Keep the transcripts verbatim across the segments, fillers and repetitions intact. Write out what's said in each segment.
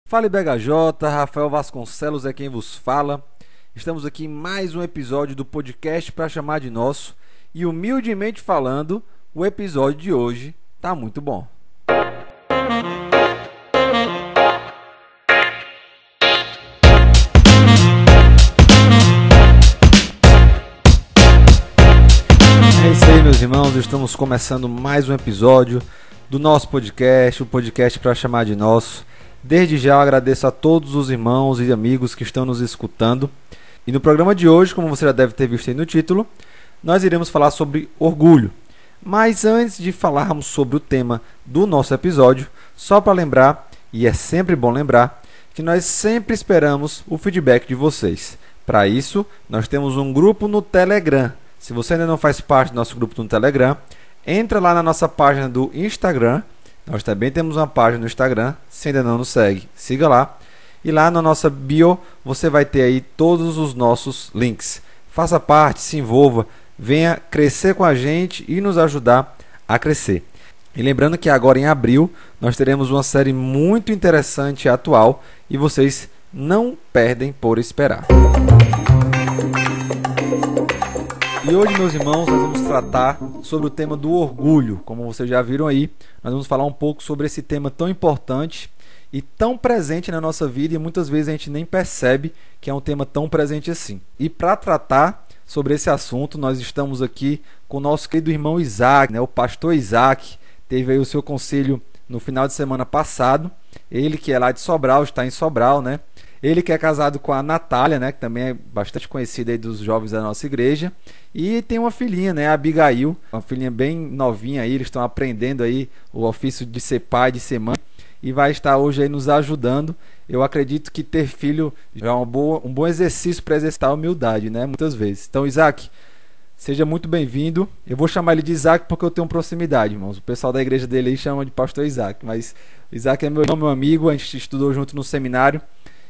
Fala B H J, Rafael Vasconcelos é quem vos fala. Estamos aqui em mais um episódio do podcast para chamar de nosso. E humildemente falando, o episódio de hoje tá muito bom. É isso aí, meus irmãos, estamos começando mais um episódio do nosso podcast, o podcast para chamar de nosso. Desde já eu agradeço a todos os irmãos e amigos que estão nos escutando. E no programa de hoje, como você já deve ter visto aí no título, nós iremos falar sobre orgulho. Mas antes de falarmos sobre o tema do nosso episódio, só para lembrar, e é sempre bom lembrar, que nós sempre esperamos o feedback de vocês. Para isso, nós temos um grupo no Telegram. Se você ainda não faz parte do nosso grupo no Telegram, entra lá na nossa página do Instagram. Nós também temos uma página no Instagram, se ainda não nos segue, siga lá. E lá na nossa bio você vai ter aí todos os nossos links. Faça parte, se envolva, venha crescer com a gente e nos ajudar a crescer. E lembrando que agora em abril nós teremos uma série muito interessante e atual e vocês não perdem por esperar. E hoje, meus irmãos, nós vamos tratar sobre o tema do orgulho. Como vocês já viram aí, nós vamos falar um pouco sobre esse tema tão importante e tão presente na nossa vida e muitas vezes a gente nem percebe que é um tema tão presente assim. E para tratar sobre esse assunto, nós estamos aqui com o nosso querido irmão Isaac, né? O pastor Isaac, teve aí o seu conselho no final de semana passado. Ele que é lá de Sobral, está em Sobral, né? Ele que é casado com a Natália, né, que também é bastante conhecida aí dos jovens da nossa igreja. E tem uma filhinha, né, a Abigail, uma filhinha bem novinha aí. Eles estão aprendendo aí o ofício de ser pai, de ser mãe. E vai estar hoje aí nos ajudando. Eu acredito que ter filho é uma boa, um bom exercício para exercitar a humildade, né, muitas vezes. Então, Isaac, seja muito bem-vindo. Eu vou chamar ele de Isaac porque eu tenho proximidade, irmãos. O pessoal da igreja dele aí chama de pastor Isaac. Mas Isaac é meu irmão, meu amigo. A gente estudou junto no seminário.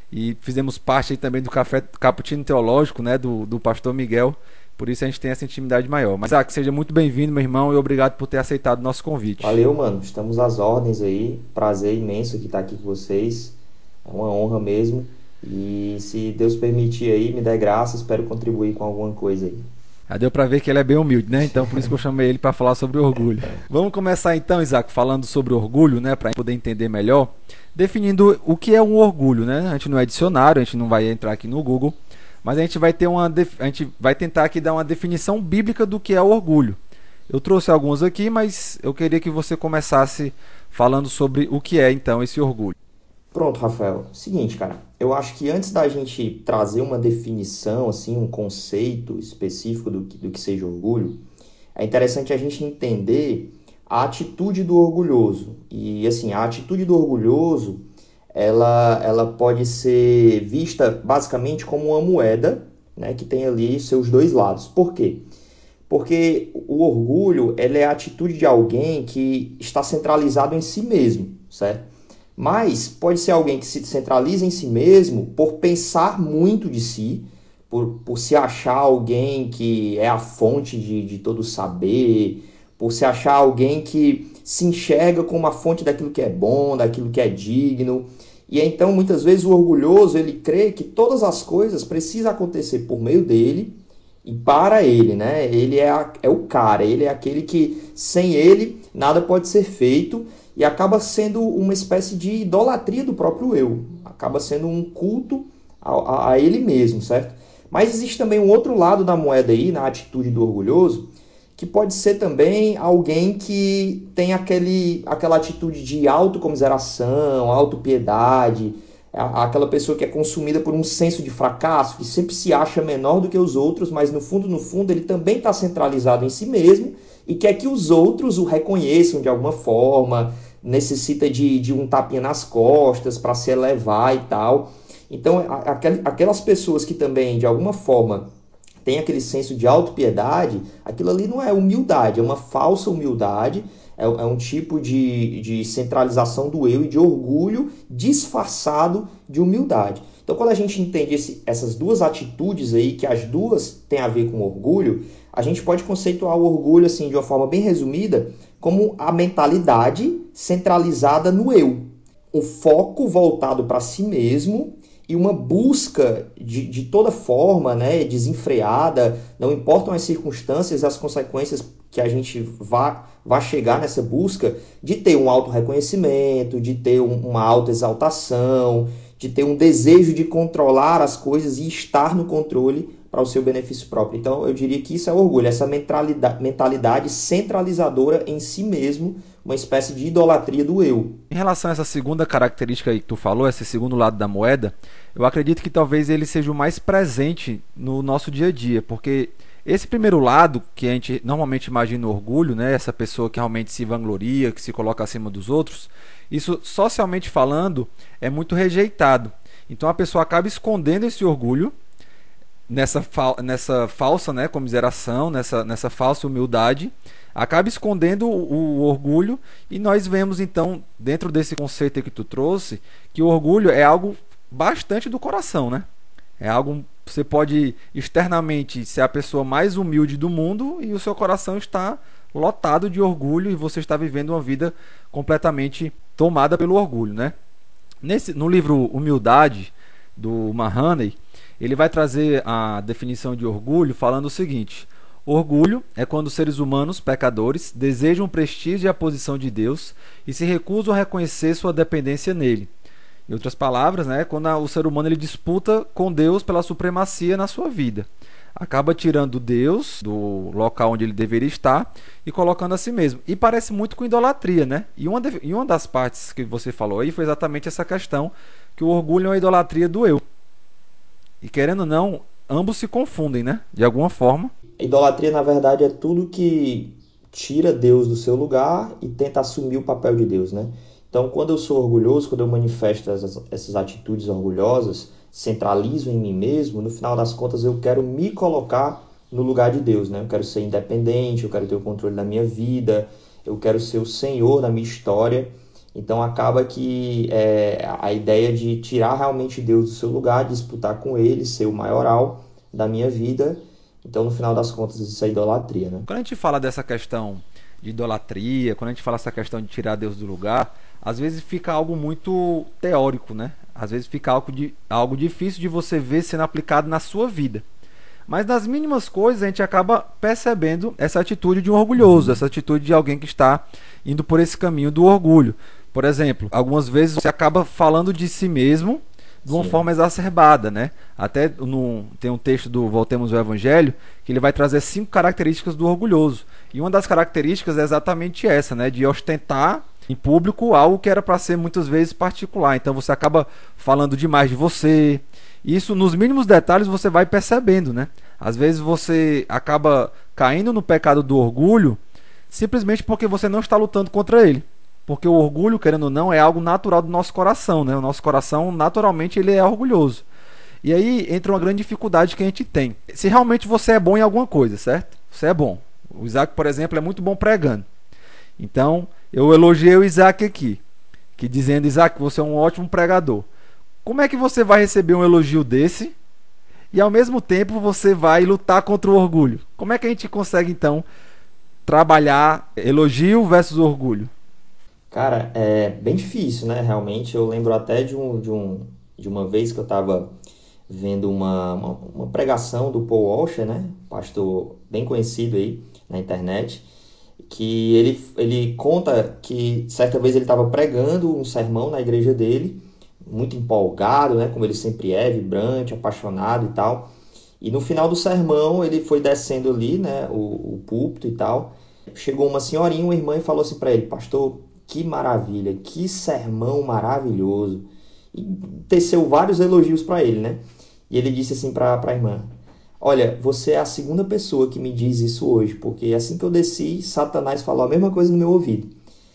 E fizemos parte aí também do café cappuccino teológico, né, do, do pastor Miguel. Por isso a gente tem essa intimidade maior. Mas, Isaac, seja muito bem-vindo, meu irmão, e obrigado por ter aceitado o nosso convite. Valeu, mano. Estamos às ordens aí. Prazer imenso que estar aqui com vocês. É uma honra mesmo. E se Deus permitir aí, me dê graça, espero contribuir com alguma coisa aí. Já deu pra ver que ele é bem humilde, né? Então por isso que eu chamei ele para falar sobre orgulho. Vamos começar então, Isaac, falando sobre orgulho, né? Para poder entender melhor. Definindo o que é um orgulho, né? A gente não é dicionário, a gente não vai entrar aqui no Google, mas a gente vai ter uma a gente vai tentar aqui dar uma definição bíblica do que é o orgulho. Eu trouxe alguns aqui, mas eu queria que você começasse falando sobre o que é então esse orgulho. Pronto, Rafael. Seguinte, cara. Eu acho que antes da gente trazer uma definição, assim, um conceito específico do que, do que seja orgulho, é interessante a gente entender a atitude do orgulhoso. E, assim, a atitude do orgulhoso, ela, ela pode ser vista basicamente como uma moeda, né, que tem ali seus dois lados. Por quê? Porque o orgulho, ele é a atitude de alguém que está centralizado em si mesmo, certo? Mas pode ser alguém que se centraliza em si mesmo por pensar muito de si, por, por se achar alguém que é a fonte de, de todo saber, por se achar alguém que se enxerga como a fonte daquilo que é bom, daquilo que é digno. E então, muitas vezes, o orgulhoso ele crê que todas as coisas precisam acontecer por meio dele e para ele, né? Ele é, a, é o cara, ele é aquele que, sem ele, nada pode ser feito. E acaba sendo uma espécie de idolatria do próprio eu. Acaba sendo um culto a, a, a ele mesmo, certo? Mas existe também um outro lado da moeda aí, na atitude do orgulhoso, que pode ser também alguém que tem aquele, aquela atitude de autocomiseração, autopiedade, aquela pessoa que é consumida por um senso de fracasso, que sempre se acha menor do que os outros, mas no fundo, no fundo, ele também está centralizado em si mesmo e quer que os outros o reconheçam de alguma forma, necessita de, de um tapinha nas costas para se elevar e tal. Então, aquelas pessoas que também, de alguma forma, têm aquele senso de autopiedade, aquilo ali não é humildade, é uma falsa humildade, é, é um tipo de, de centralização do eu e de orgulho disfarçado de humildade. Então, quando a gente entende esse, essas duas atitudes aí, que as duas têm a ver com orgulho, a gente pode conceituar o orgulho, assim, de uma forma bem resumida, como a mentalidade centralizada no eu, um foco voltado para si mesmo e uma busca de, de toda forma, né, desenfreada, não importam as circunstâncias, as consequências que a gente vá, vá chegar nessa busca, de ter um auto-reconhecimento, de ter um, uma auto-exaltação, de ter um desejo de controlar as coisas e estar no controle para o seu benefício próprio. Então, eu diria que isso é orgulho, essa mentalidade, mentalidade centralizadora em si mesmo, uma espécie de idolatria do eu. Em relação a essa segunda característica aí que tu falou, esse segundo lado da moeda, eu acredito que talvez ele seja o mais presente no nosso dia a dia, porque esse primeiro lado, que a gente normalmente imagina o orgulho, né, essa pessoa que realmente se vangloria, que se coloca acima dos outros, isso socialmente falando é muito rejeitado. Então a pessoa acaba escondendo esse orgulho nessa, fa nessa falsa, né, comiseração, nessa, nessa falsa humildade, acaba escondendo o, o orgulho, e nós vemos então, dentro desse conceito que tu trouxe, que o orgulho é algo bastante do coração, né? É algo, você pode externamente ser a pessoa mais humilde do mundo e o seu coração está lotado de orgulho e você está vivendo uma vida completamente tomada pelo orgulho, né? Nesse, no livro Humildade, do Mahoney, ele vai trazer a definição de orgulho falando o seguinte: orgulho é quando os seres humanos, pecadores, desejam o prestígio e a posição de Deus e se recusam a reconhecer sua dependência nele. Em outras palavras, né, quando o ser humano ele disputa com Deus pela supremacia na sua vida. Acaba tirando Deus do local onde ele deveria estar e colocando a si mesmo. E parece muito com idolatria, né? E uma, de, e uma das partes que você falou aí foi exatamente essa questão, que o orgulho é uma idolatria do eu. E querendo ou não, ambos se confundem, né? De alguma forma. Idolatria, na verdade, é tudo que tira Deus do seu lugar e tenta assumir o papel de Deus, né? Então, quando eu sou orgulhoso, quando eu manifesto essas, essas atitudes orgulhosas, centralizo em mim mesmo, no final das contas eu quero me colocar no lugar de Deus, né? Eu quero ser independente, eu quero ter o controle da minha vida, eu quero ser o Senhor da minha história. Então acaba que é, a ideia de tirar realmente Deus do seu lugar, disputar com Ele, ser o maioral da minha vida. Então, no final das contas, isso é idolatria, né? Quando a gente fala dessa questão de idolatria, quando a gente fala essa questão de tirar Deus do lugar, às vezes fica algo muito teórico, né? Às vezes fica algo, de, algo difícil de você ver sendo aplicado na sua vida. Mas nas mínimas coisas a gente acaba percebendo essa atitude de um orgulhoso, essa atitude de alguém que está indo por esse caminho do orgulho. Por exemplo, algumas vezes você acaba falando de si mesmo de uma Sim. forma exacerbada, né? Até no, tem um texto do Voltemos ao Evangelho que ele vai trazer cinco características do orgulhoso. E uma das características é exatamente essa, né? De ostentar em público algo que era para ser muitas vezes particular. Então você acaba falando demais de você. Isso nos mínimos detalhes você vai percebendo, né? Às vezes você acaba caindo no pecado do orgulho simplesmente porque você não está lutando contra ele. Porque o orgulho, querendo ou não, é algo natural do nosso coração, né? O nosso coração, naturalmente, ele é orgulhoso. E aí entra uma grande dificuldade que a gente tem. Se realmente você é bom em alguma coisa, certo? Você é bom. O Isaac, por exemplo, é muito bom pregando. Então, eu elogiei o Isaac aqui, que dizendo: Isaac, você é um ótimo pregador. Como é que você vai receber um elogio desse e, ao mesmo tempo, você vai lutar contra o orgulho? Como é que a gente consegue, então, trabalhar elogio versus orgulho? Cara, é bem difícil, né? Realmente, eu lembro até de, um, de, um, de uma vez que eu estava vendo uma, uma, uma pregação do Paul Washer, né? Pastor bem conhecido aí na internet, que ele, ele conta que certa vez ele estava pregando um sermão na igreja dele, muito empolgado, né? Como ele sempre é, vibrante, apaixonado e tal. E no final do sermão, ele foi descendo ali, né? O, o púlpito e tal. Chegou uma senhorinha, uma irmã, e falou assim para ele: pastor, que maravilha, que sermão maravilhoso. E teceu vários elogios para ele, né? E ele disse assim para a irmã: olha, você é a segunda pessoa que me diz isso hoje, porque assim que eu desci, Satanás falou a mesma coisa no meu ouvido.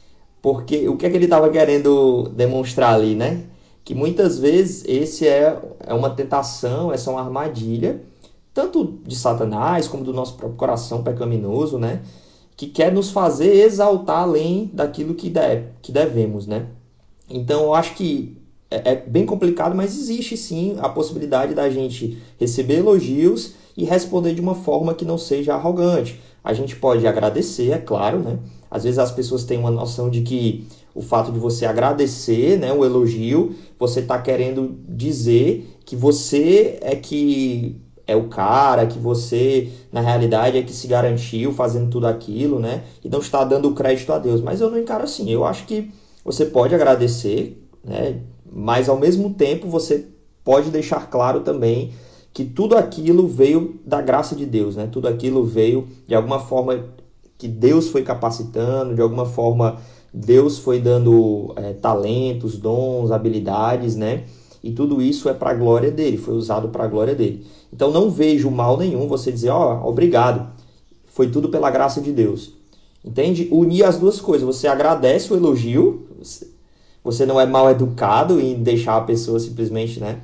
Porque o que é que ele estava querendo demonstrar ali, né? Que muitas vezes esse é, é uma tentação, essa é uma armadilha, tanto de Satanás como do nosso próprio coração pecaminoso, né? Que quer nos fazer exaltar além daquilo que, deve, que devemos, né? Então, eu acho que é, é bem complicado, mas existe sim a possibilidade da gente receber elogios e responder de uma forma que não seja arrogante. A gente pode agradecer, é claro, né? Às vezes as pessoas têm uma noção de que O fato de você agradecer, né, o elogio, você está querendo dizer que você é que é o cara, que você, na realidade, é que se garantiu fazendo tudo aquilo, né? E não está dando crédito a Deus. Mas eu não encaro assim. Eu acho que você pode agradecer, né? Mas ao mesmo tempo você pode deixar claro também que tudo aquilo veio da graça de Deus, né? Tudo aquilo veio de alguma forma que Deus foi capacitando, de alguma forma Deus foi dando é, talentos, dons, habilidades, né? E tudo isso é para a glória dele, foi usado para a glória dele. Então não vejo mal nenhum você dizer, ó, oh, obrigado, foi tudo pela graça de Deus. Entende? Unir as duas coisas, você agradece o elogio, você não é mal educado em deixar a pessoa simplesmente, né,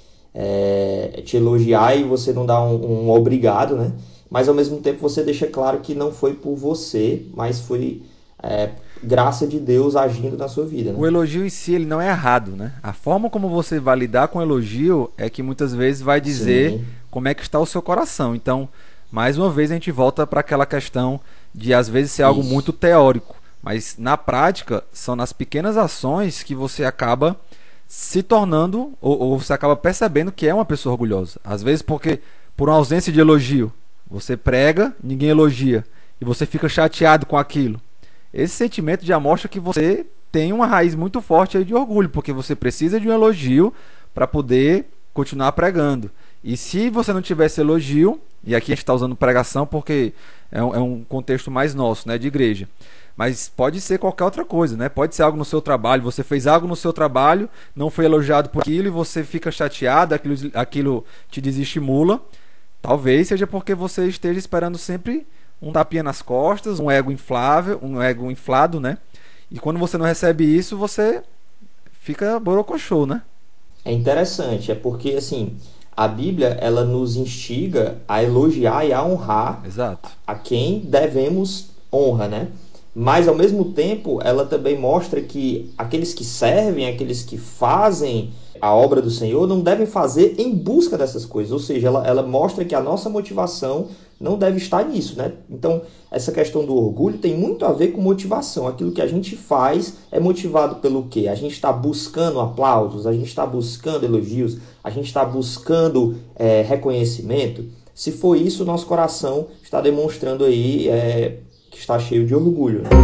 é, te elogiar e você não dá um, um obrigado, né? Mas ao mesmo tempo você deixa claro que não foi por você, mas foi é, graça de Deus agindo na sua vida, né? O elogio em si ele não é errado, né? A forma como você vai lidar com o elogio é que muitas vezes vai dizer Sim. como é que está o seu coração. Então, mais uma vez a gente volta para aquela questão de às vezes ser algo Isso. muito teórico, mas na prática são nas pequenas ações que você acaba se tornando ou, ou você acaba percebendo que é uma pessoa orgulhosa. Às vezes porque por uma ausência de elogio, você prega, ninguém elogia e você fica chateado com aquilo. Esse sentimento já mostra que você tem uma raiz muito forte aí de orgulho, porque você precisa de um elogio para poder continuar pregando. E se você não tivesse elogio, e aqui a gente está usando pregação porque é um, é um contexto mais nosso, né, de igreja, mas pode ser qualquer outra coisa, né? Pode ser algo no seu trabalho, você fez algo no seu trabalho, não foi elogiado por aquilo e você fica chateado, aquilo, aquilo te desestimula. Talvez seja porque você esteja esperando sempre um tapinha nas costas, um ego inflável, um ego inflado, né? E quando você não recebe isso, você fica borocochô, né? É interessante, é porque assim, a Bíblia ela nos instiga a elogiar e a honrar Exato. a quem devemos honra, né? Mas ao mesmo tempo, ela também mostra que aqueles que servem, aqueles que fazem a obra do Senhor, não devem fazer em busca dessas coisas. Ou seja, ela, ela mostra que a nossa motivação não deve estar nisso, né? Então, essa questão do orgulho tem muito a ver com motivação. Aquilo que a gente faz é motivado pelo quê? A gente está buscando aplausos, a gente está buscando elogios, a gente está buscando é, reconhecimento. Se for isso, nosso coração está demonstrando aí é, que está cheio de orgulho, né?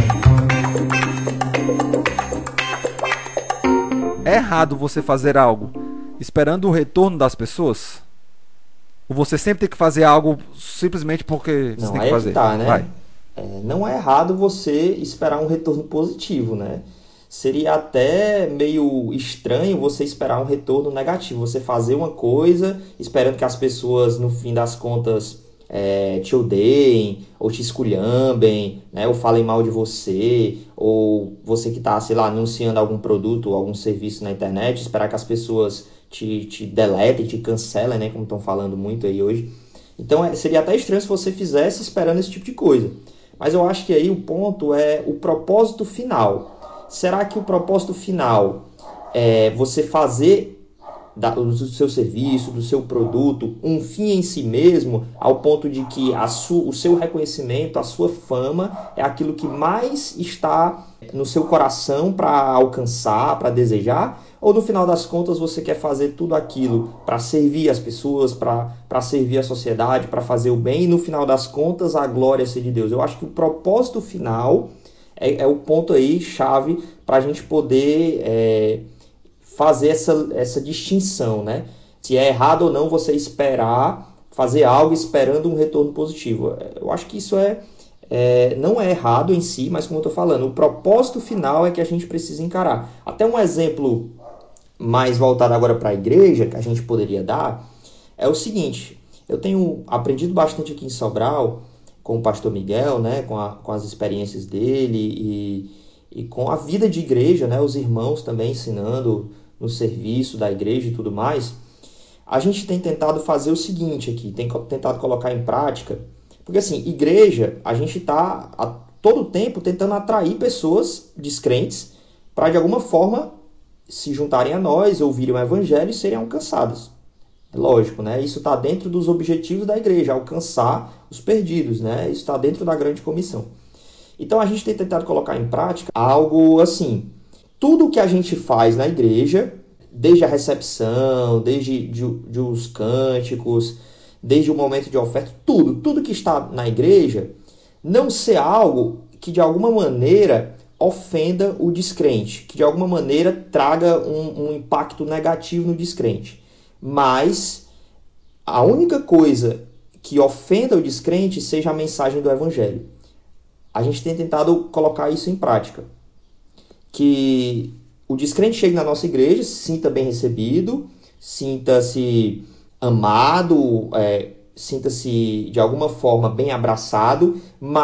É errado você fazer algo esperando o retorno das pessoas? Ou você sempre tem que fazer algo simplesmente porque você não, tem que fazer? Que tá, né? É, não é errado você esperar um retorno positivo, né? Seria até meio estranho você esperar um retorno negativo. Você fazer uma coisa esperando que as pessoas, no fim das contas, é, te odeiem, ou te esculhambem, né? Ou falem mal de você, ou você que está, sei lá, anunciando algum produto ou algum serviço na internet, esperar que as pessoas te, te deletem, te cancelem, né? Como estão falando muito aí hoje. Então é, seria até estranho se você fizesse esperando esse tipo de coisa. Mas eu acho que aí o ponto é o propósito final. Será que o propósito final é você fazer do seu serviço, do seu produto, um fim em si mesmo, ao ponto de que a su, o seu reconhecimento, a sua fama é aquilo que mais está no seu coração para alcançar, para desejar? Ou no final das contas você quer fazer tudo aquilo para servir as pessoas, para servir a sociedade, para fazer o bem e no final das contas a glória ser de Deus? Eu acho que o propósito final é, é o ponto aí chave para a gente poder é, fazer essa, essa distinção, né? Se é errado ou não você esperar, fazer algo esperando um retorno positivo. Eu acho que isso é, é não é errado em si, mas como eu estou falando, o propósito final é que a gente precisa encarar. Até um exemplo mais voltado agora para a igreja, que a gente poderia dar, é o seguinte: eu tenho aprendido bastante aqui em Sobral, com o pastor Miguel, né? com, a, com as experiências dele e, e com a vida de igreja, né? Os irmãos também ensinando no serviço da igreja e tudo mais. A gente tem tentado fazer o seguinte aqui, tem tentado colocar em prática, porque assim, igreja, a gente está a todo tempo tentando atrair pessoas descrentes para de alguma forma se juntarem a nós, ouvirem o evangelho e serem alcançadas. É lógico, né? Isso está dentro dos objetivos da igreja, alcançar os perdidos, né? Isso está dentro da grande comissão. Então a gente tem tentado colocar em prática algo assim, tudo que a gente faz na igreja, desde a recepção, desde de, de os cânticos, desde o momento de oferta, tudo, tudo que está na igreja, não ser algo que de alguma maneira ofenda o descrente, que de alguma maneira traga um, um impacto negativo no descrente. Mas a única coisa que ofenda o descrente seja a mensagem do evangelho. A gente tem tentado colocar isso em prática. Que o descrente chegue na nossa igreja, se sinta bem recebido, sinta-se amado, é, sinta-se de alguma forma bem abraçado,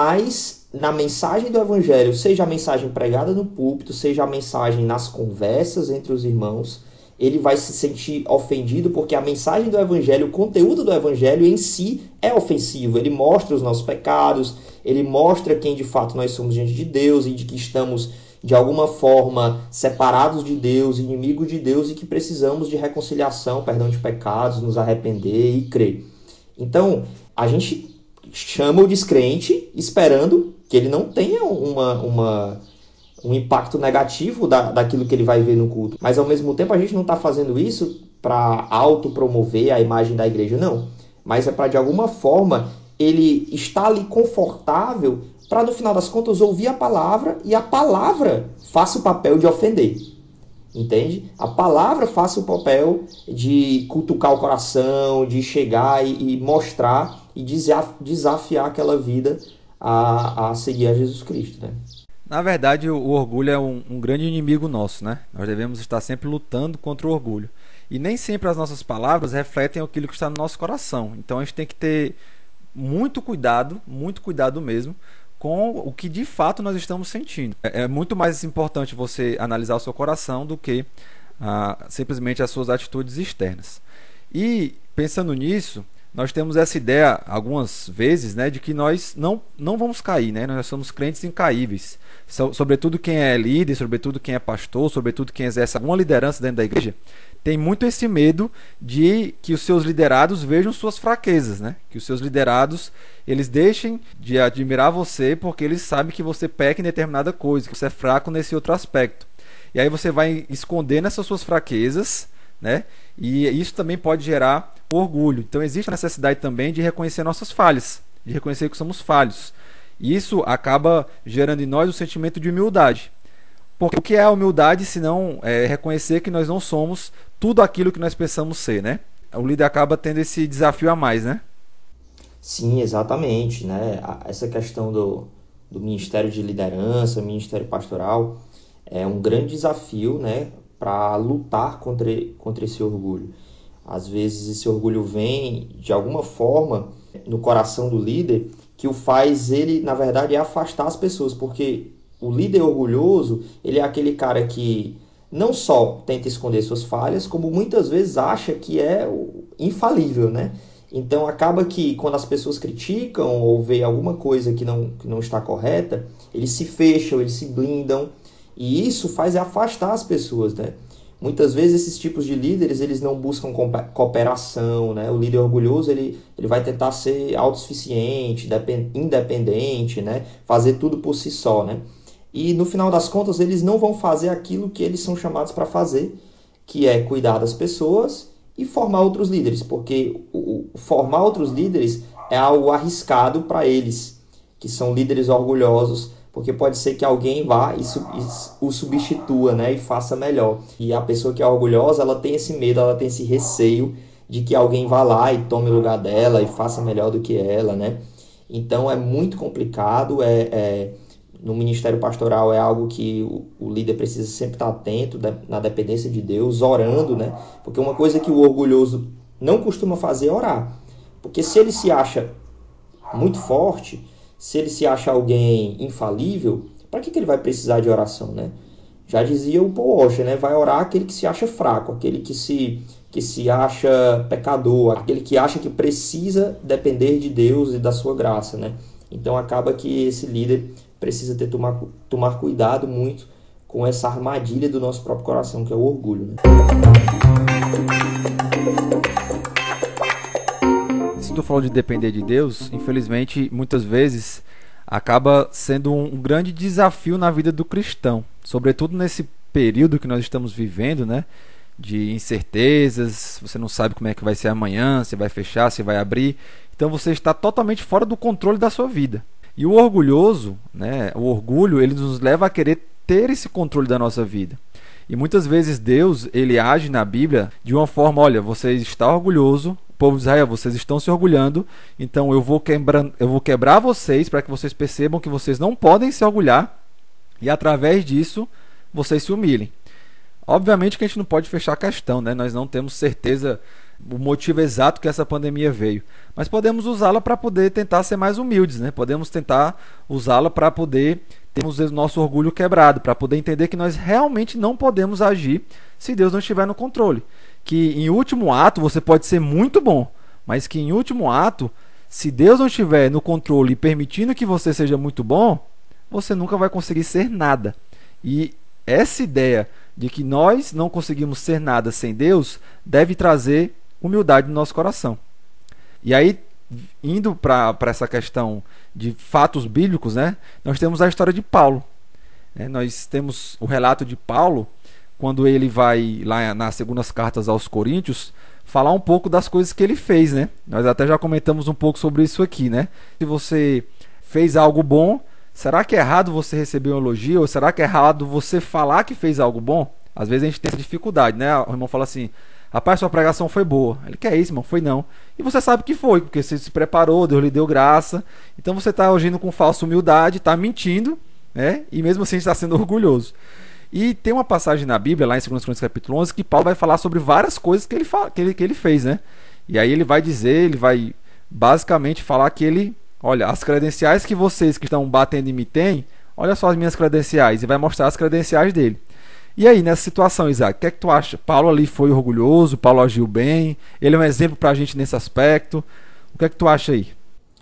mas na mensagem do evangelho, seja a mensagem pregada no púlpito, seja a mensagem nas conversas entre os irmãos, ele vai se sentir ofendido porque a mensagem do evangelho, o conteúdo do evangelho em si é ofensivo. Ele mostra os nossos pecados, ele mostra quem de fato nós somos diante de Deus e de que estamos de alguma forma separados de Deus, inimigos de Deus e que precisamos de reconciliação, perdão de pecados, nos arrepender e crer. Então, a gente chama o descrente esperando que ele não tenha uma, uma, um impacto negativo da, daquilo que ele vai ver no culto. Mas, ao mesmo tempo, a gente não está fazendo isso para autopromover a imagem da igreja, não. Mas é para, de alguma forma, ele estar ali confortável para, no final das contas, ouvir a palavra e a palavra faça o papel de ofender. Entende? A palavra faça o papel de cutucar o coração, de chegar e, e mostrar e desafiar aquela vida a, a seguir a Jesus Cristo, né? Na verdade, o, o orgulho é um, um grande inimigo nosso, né? Nós devemos estar sempre lutando contra o orgulho. E nem sempre as nossas palavras refletem aquilo que está no nosso coração. Então a gente tem que ter muito cuidado, muito cuidado mesmo, com o que de fato nós estamos sentindo. É, é muito mais importante você analisar o seu coração do que ah, simplesmente as suas atitudes externas. E pensando nisso, nós temos essa ideia algumas vezes, né, de que nós não, não vamos cair, né? Nós somos crentes incaíveis. So, sobretudo quem é líder, sobretudo quem é pastor, sobretudo quem exerce alguma liderança dentro da igreja, tem muito esse medo de que os seus liderados vejam suas fraquezas, né? Que os seus liderados eles deixem de admirar você porque eles sabem que você peca em determinada coisa, que você é fraco nesse outro aspecto. E aí você vai esconder nessas suas fraquezas, né? E isso também pode gerar orgulho. Então existe a necessidade também de reconhecer nossas falhas, de reconhecer que somos falhos. E isso acaba gerando em nós o sentimento de humildade. Porque o que é a humildade se não é reconhecer que nós não somos tudo aquilo que nós pensamos ser, né? O líder acaba tendo esse desafio a mais, né? Sim, exatamente, né? Essa questão do, do ministério de liderança, ministério pastoral, é um grande desafio, né? Para lutar contra, contra esse orgulho. Às vezes esse orgulho vem de alguma forma no coração do líder que o faz ele, na verdade, afastar as pessoas, porque o líder orgulhoso, ele é aquele cara que não só tenta esconder suas falhas, como muitas vezes acha que é infalível, né? Então acaba que quando as pessoas criticam ou veem alguma coisa que não, que não está correta, eles se fecham, eles se blindam, e isso faz afastar as pessoas, né? Muitas vezes esses tipos de líderes, eles não buscam cooperação, né? O líder orgulhoso, ele, ele vai tentar ser autossuficiente, independente, né? Fazer tudo por si só, né? E no final das contas, eles não vão fazer aquilo que eles são chamados para fazer, que é cuidar das pessoas e formar outros líderes, porque o, o, formar outros líderes é algo arriscado para eles, que são líderes orgulhosos, porque pode ser que alguém vá e, su, e o substitua, né, e faça melhor. E a pessoa que é orgulhosa, ela tem esse medo, ela tem esse receio de que alguém vá lá e tome o lugar dela e faça melhor do que ela, né? Então é muito complicado, é, é, no ministério pastoral é algo que o, o líder precisa sempre estar atento, de, na dependência de Deus, orando, né? Porque uma coisa que o orgulhoso não costuma fazer é orar. Porque se ele se acha muito forte, se ele se acha alguém infalível, para que, que ele vai precisar de oração, né? Já dizia o Paul Washer, né? Vai orar aquele que se acha fraco, aquele que se, que se acha pecador, aquele que acha que precisa depender de Deus e da sua graça, né? Então acaba que esse líder precisa ter tomar, tomar cuidado muito com essa armadilha do nosso próprio coração, que é o orgulho, né? Se tu falou de depender de Deus, infelizmente, muitas vezes acaba sendo um, um grande desafio na vida do cristão, sobretudo nesse período que nós estamos vivendo, né? De incertezas, você não sabe como é que vai ser amanhã, se vai fechar, se vai abrir. Então você está totalmente fora do controle da sua vida. E o orgulhoso, né, o orgulho, ele nos leva a querer ter esse controle da nossa vida. E muitas vezes Deus, ele age na Bíblia de uma forma, olha, você está orgulhoso, povo de Israel, vocês estão se orgulhando, então eu vou, quebrar, eu vou quebrar vocês para que vocês percebam que vocês não podem se orgulhar e através disso vocês se humilhem. Obviamente que a gente não pode fechar a questão, né? Nós não temos certeza o motivo exato que essa pandemia veio, mas podemos usá-la para poder tentar ser mais humildes, né? Podemos tentar usá-la para poder termos o nosso orgulho quebrado, para poder entender que nós realmente não podemos agir se Deus não estiver no controle. Que em último ato você pode ser muito bom, mas que em último ato, se Deus não estiver no controle e permitindo que você seja muito bom, você nunca vai conseguir ser nada. E essa ideia de que nós não conseguimos ser nada sem Deus deve trazer humildade no nosso coração. E aí, indo para essa questão de fatos bíblicos, né, nós temos a história de Paulo. É, nós temos o relato de Paulo, quando ele vai lá nas segundas cartas aos Coríntios, falar um pouco das coisas que ele fez, né? Nós até já comentamos um pouco sobre isso aqui, né? Se você fez algo bom, será que é errado você receber um elogio? Ou será que é errado você falar que fez algo bom? Às vezes a gente tem essa dificuldade, né? O irmão fala assim, rapaz, sua pregação foi boa. Ele, que é isso, irmão? Foi não. E você sabe que foi, porque você se preparou, Deus lhe deu graça. Então você está agindo com falsa humildade, está mentindo, né? E mesmo assim está sendo orgulhoso. E tem uma passagem na Bíblia, lá em dois Coríntios capítulo onze, que Paulo vai falar sobre várias coisas que ele, fala, que ele, que ele fez, né? E aí ele vai dizer, ele vai basicamente falar que ele, olha, as credenciais que vocês que estão batendo em mim têm, olha só as minhas credenciais, e vai mostrar as credenciais dele. E aí, nessa situação, Isaac, o que é que tu acha? Paulo ali foi orgulhoso, Paulo agiu bem, ele é um exemplo pra gente nesse aspecto. O que é que tu acha aí?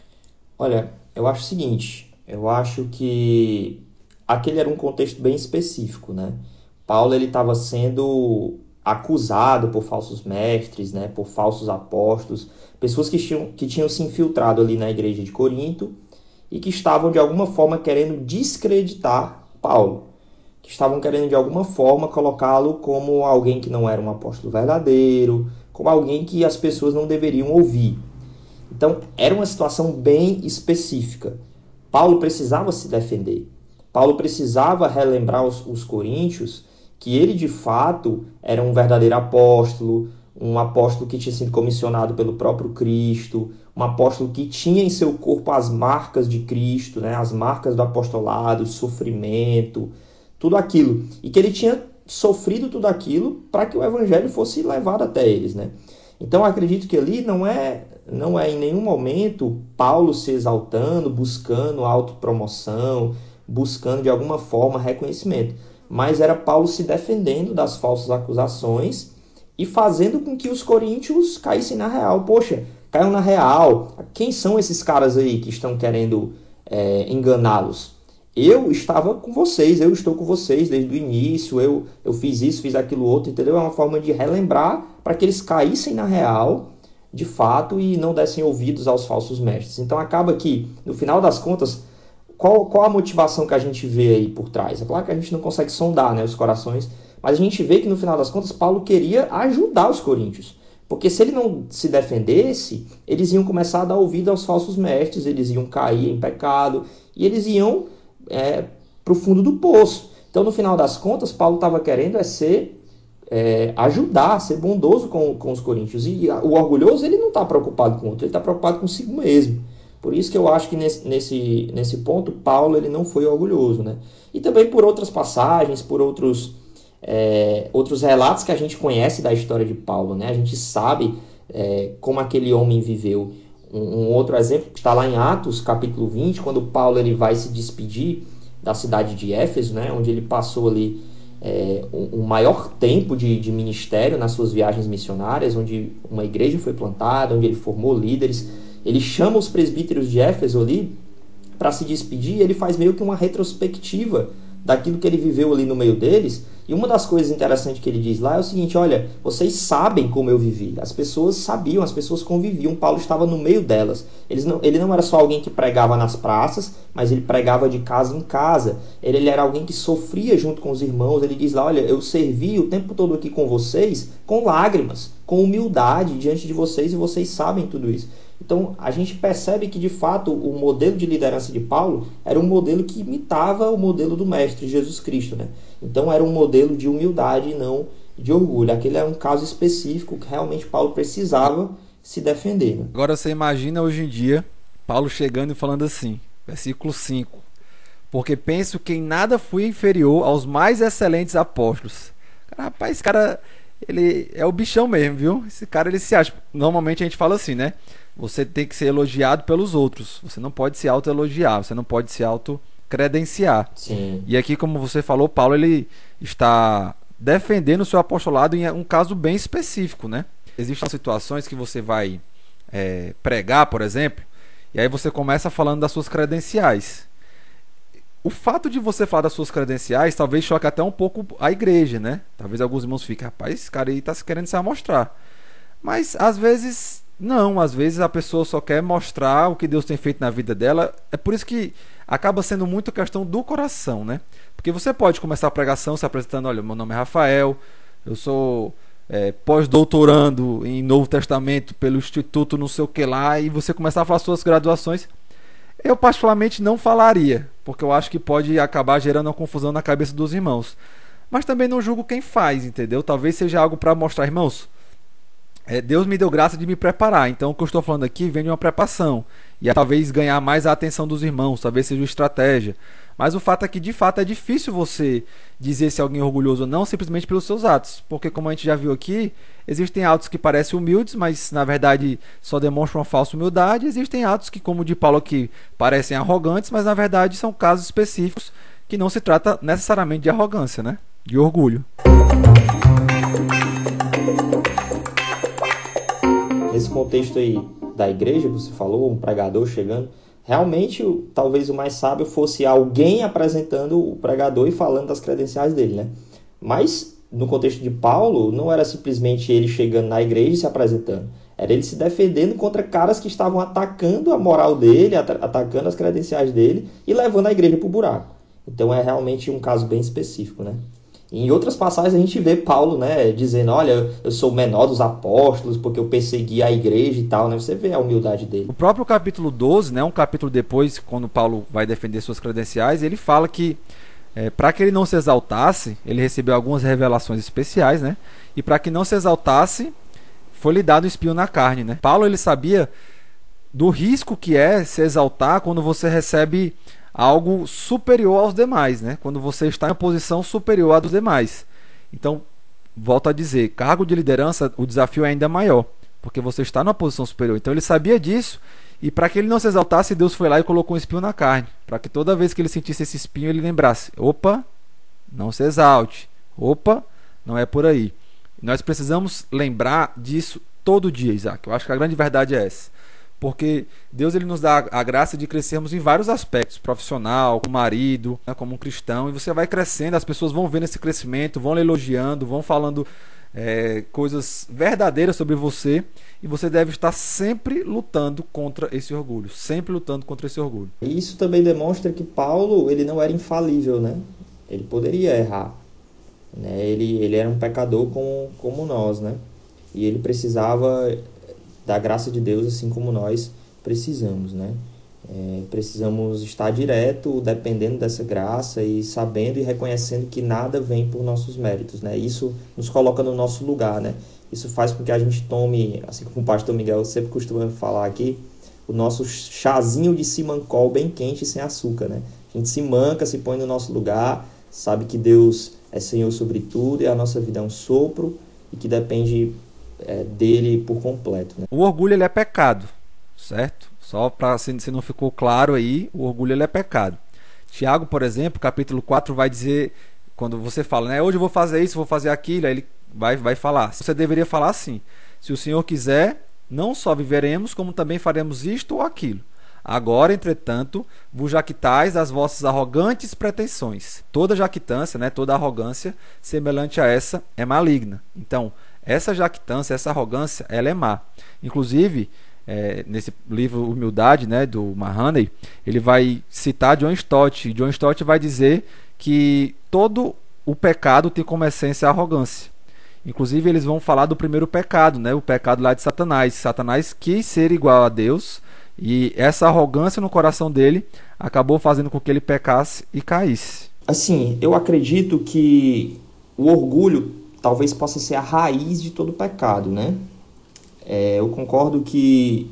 Olha, eu acho o seguinte, eu acho que aquele era um contexto bem específico, né? Paulo, ele estava sendo acusado por falsos mestres, né? Por falsos apóstolos, pessoas que tinham, que tinham se infiltrado ali na igreja de Corinto e que estavam, de alguma forma, querendo descreditar Paulo. Que estavam querendo, de alguma forma, colocá-lo como alguém que não era um apóstolo verdadeiro, como alguém que as pessoas não deveriam ouvir. Então, era uma situação bem específica. Paulo precisava se defender. Paulo precisava relembrar os, os coríntios que ele, de fato, era um verdadeiro apóstolo, um apóstolo que tinha sido comissionado pelo próprio Cristo, um apóstolo que tinha em seu corpo as marcas de Cristo, né? As marcas do apostolado, sofrimento, tudo aquilo. E que ele tinha sofrido tudo aquilo para que o evangelho fosse levado até eles, né? Então, eu acredito que ali não é, não é em nenhum momento Paulo se exaltando, buscando autopromoção, buscando de alguma forma reconhecimento. Mas era Paulo se defendendo das falsas acusações e fazendo com que os coríntios caíssem na real. Poxa, caiam na real. Quem são esses caras aí que estão querendo é, enganá-los? Eu estava com vocês, eu estou com vocês desde o início, eu, eu fiz isso, fiz aquilo outro, entendeu? É uma forma de relembrar para que eles caíssem na real, de fato, e não dessem ouvidos aos falsos mestres. Então acaba que, no final das contas, qual, qual a motivação que a gente vê aí por trás? É claro que a gente não consegue sondar, né, os corações, mas a gente vê que, no final das contas, Paulo queria ajudar os coríntios. Porque se ele não se defendesse, eles iam começar a dar ouvido aos falsos mestres, eles iam cair em pecado, e eles iam É, para o fundo do poço. Então, no final das contas, Paulo estava querendo é ser, é, ajudar, ser bondoso com, com os coríntios. E o orgulhoso, ele não está preocupado com o outro, ele está preocupado consigo mesmo. Por isso que eu acho que nesse, nesse, nesse ponto, Paulo ele não foi orgulhoso, né? E também por outras passagens, por outros, é, outros relatos que a gente conhece da história de Paulo, né? A gente sabe é, como aquele homem viveu. Um outro exemplo está lá em Atos, capítulo vinte, quando Paulo ele vai se despedir da cidade de Éfeso, né, onde ele passou ali é, um, um maior tempo de, de ministério nas suas viagens missionárias, onde uma igreja foi plantada, onde ele formou líderes. Ele chama os presbíteros de Éfeso ali para se despedir, e ele faz meio que uma retrospectiva daquilo que ele viveu ali no meio deles, E uma das coisas interessantes que ele diz lá é o seguinte: olha, vocês sabem como eu vivi. As pessoas sabiam, as pessoas conviviam. Paulo estava no meio delas. Eles não, ele não era só alguém que pregava nas praças, mas ele pregava de casa em casa. Ele, ele era alguém que sofria junto com os irmãos. Ele diz lá: olha, eu servi o tempo todo aqui com vocês com lágrimas, com humildade diante de vocês, e vocês sabem tudo isso. Então, a gente percebe que, de fato, o modelo de liderança de Paulo era um modelo que imitava o modelo do Mestre Jesus Cristo, né? Então, era um modelo de humildade e não de orgulho. Aquele era um caso específico que realmente Paulo precisava se defender, né? Agora, você imagina hoje em dia, Paulo chegando e falando assim, versículo cinco: porque penso que em nada fui inferior aos mais excelentes apóstolos. Cara, rapaz, esse cara, ele é o bichão mesmo, viu? Esse cara, ele se acha... Normalmente a gente fala assim, né? Você tem que ser elogiado pelos outros. Você não pode se auto-elogiar. Você não pode se auto-credenciar. Sim. E aqui, como você falou, Paulo, ele está defendendo o seu apostolado em um caso bem específico, né? Existem situações que você vai é, pregar, por exemplo, e aí você começa falando das suas credenciais. O fato de você falar das suas credenciais talvez choque até um pouco a igreja, né? Talvez alguns irmãos fiquem: rapaz, esse cara aí está querendo se amostrar. Mas, às vezes... não, às vezes a pessoa só quer mostrar o que Deus tem feito na vida dela. É por isso que acaba sendo muito questão do coração, né? Porque você pode começar a pregação se apresentando: olha, meu nome é Rafael, eu sou é, pós-doutorando em Novo Testamento pelo Instituto não sei o que lá, e você começar a falar suas graduações. Eu particularmente não falaria, porque eu acho que pode acabar gerando uma confusão na cabeça dos irmãos. Mas também não julgo quem faz, entendeu? Talvez seja algo para mostrar: irmãos, É, Deus me deu graça de me preparar. Então o que eu estou falando aqui vem de uma preparação. E é, talvez ganhar mais a atenção dos irmãos, talvez seja uma estratégia. Mas o fato é que, de fato, é difícil você dizer se alguém é orgulhoso ou não, simplesmente pelos seus atos. Porque, como a gente já viu aqui, existem atos que parecem humildes, mas na verdade só demonstram uma falsa humildade. Existem atos que, como o de Paulo aqui, parecem arrogantes, mas na verdade são casos específicos que não se trata necessariamente de arrogância, né? De orgulho. Nesse contexto aí da igreja, que você falou, um pregador chegando, realmente talvez o mais sábio fosse alguém apresentando o pregador e falando das credenciais dele, né? Mas no contexto de Paulo, não era simplesmente ele chegando na igreja e se apresentando. Era ele se defendendo contra caras que estavam atacando a moral dele, atacando as credenciais dele e levando a igreja para o buraco. Então é realmente um caso bem específico, né? Em outras passagens a gente vê Paulo, né, dizendo: olha, eu sou o menor dos apóstolos porque eu persegui a igreja e tal, né? Você vê a humildade dele. O próprio capítulo doze, né, um capítulo depois, quando Paulo vai defender suas credenciais, ele fala que é, para que ele não se exaltasse, ele recebeu algumas revelações especiais, né? E para que não se exaltasse, foi-lhe dado um espinho na carne, né? Paulo, ele sabia do risco que é se exaltar quando você recebe algo superior aos demais, né? Quando você está em uma posição superior à dos demais. Então, volto a dizer, cargo de liderança, o desafio é ainda maior, porque você está numa posição superior. Então ele sabia disso, e para que ele não se exaltasse, Deus foi lá e colocou um espinho na carne, para que toda vez que ele sentisse esse espinho, ele lembrasse: opa, não se exalte, opa, não é por aí. Nós precisamos lembrar disso todo dia, Isaac. Eu acho que a grande verdade é essa. Porque Deus, ele nos dá a graça de crescermos em vários aspectos: profissional, como marido, né, como um cristão. E você vai crescendo, as pessoas vão vendo esse crescimento, vão lhe elogiando, vão falando é, coisas verdadeiras sobre você. E você deve estar sempre lutando contra esse orgulho, sempre lutando contra esse orgulho. E isso também demonstra que Paulo, ele não era infalível, né? Ele poderia errar, né? Ele, ele era um pecador como, como nós, né? E ele precisava da graça de Deus, assim como nós precisamos, né? É, precisamos estar direto, dependendo dessa graça e sabendo e reconhecendo que nada vem por nossos méritos, né? Isso nos coloca no nosso lugar, né? Isso faz com que a gente tome, assim como o pastor Miguel sempre costuma falar aqui, o nosso chazinho de simancol bem quente e sem açúcar, né? A gente se manca, se põe no nosso lugar, sabe que Deus é Senhor sobre tudo e a nossa vida é um sopro e que depende É, dele por completo, né? O orgulho, ele é pecado, certo? Só para se, se não ficou claro aí, o orgulho, ele é pecado. Tiago, por exemplo, capítulo quatro vai dizer, quando você fala, né, hoje eu vou fazer isso, vou fazer aquilo, aí ele vai, vai falar. Você deveria falar assim: se o Senhor quiser, não só viveremos, como também faremos isto ou aquilo. Agora, entretanto, vos jactais das vossas arrogantes pretensões. Toda jactância, né, toda arrogância semelhante a essa é maligna. Então, essa jactância, essa arrogância, ela é má. Inclusive, é, nesse livro Humildade, né, do Mahoney, ele vai citar John Stott. John Stott vai dizer que todo o pecado tem como essência a arrogância. Inclusive, eles vão falar do primeiro pecado, né, o pecado lá de Satanás. Satanás quis ser igual a Deus, e essa arrogância no coração dele acabou fazendo com que ele pecasse e caísse. Assim, eu acredito que o orgulho talvez possa ser a raiz de todo pecado, né? É, eu concordo que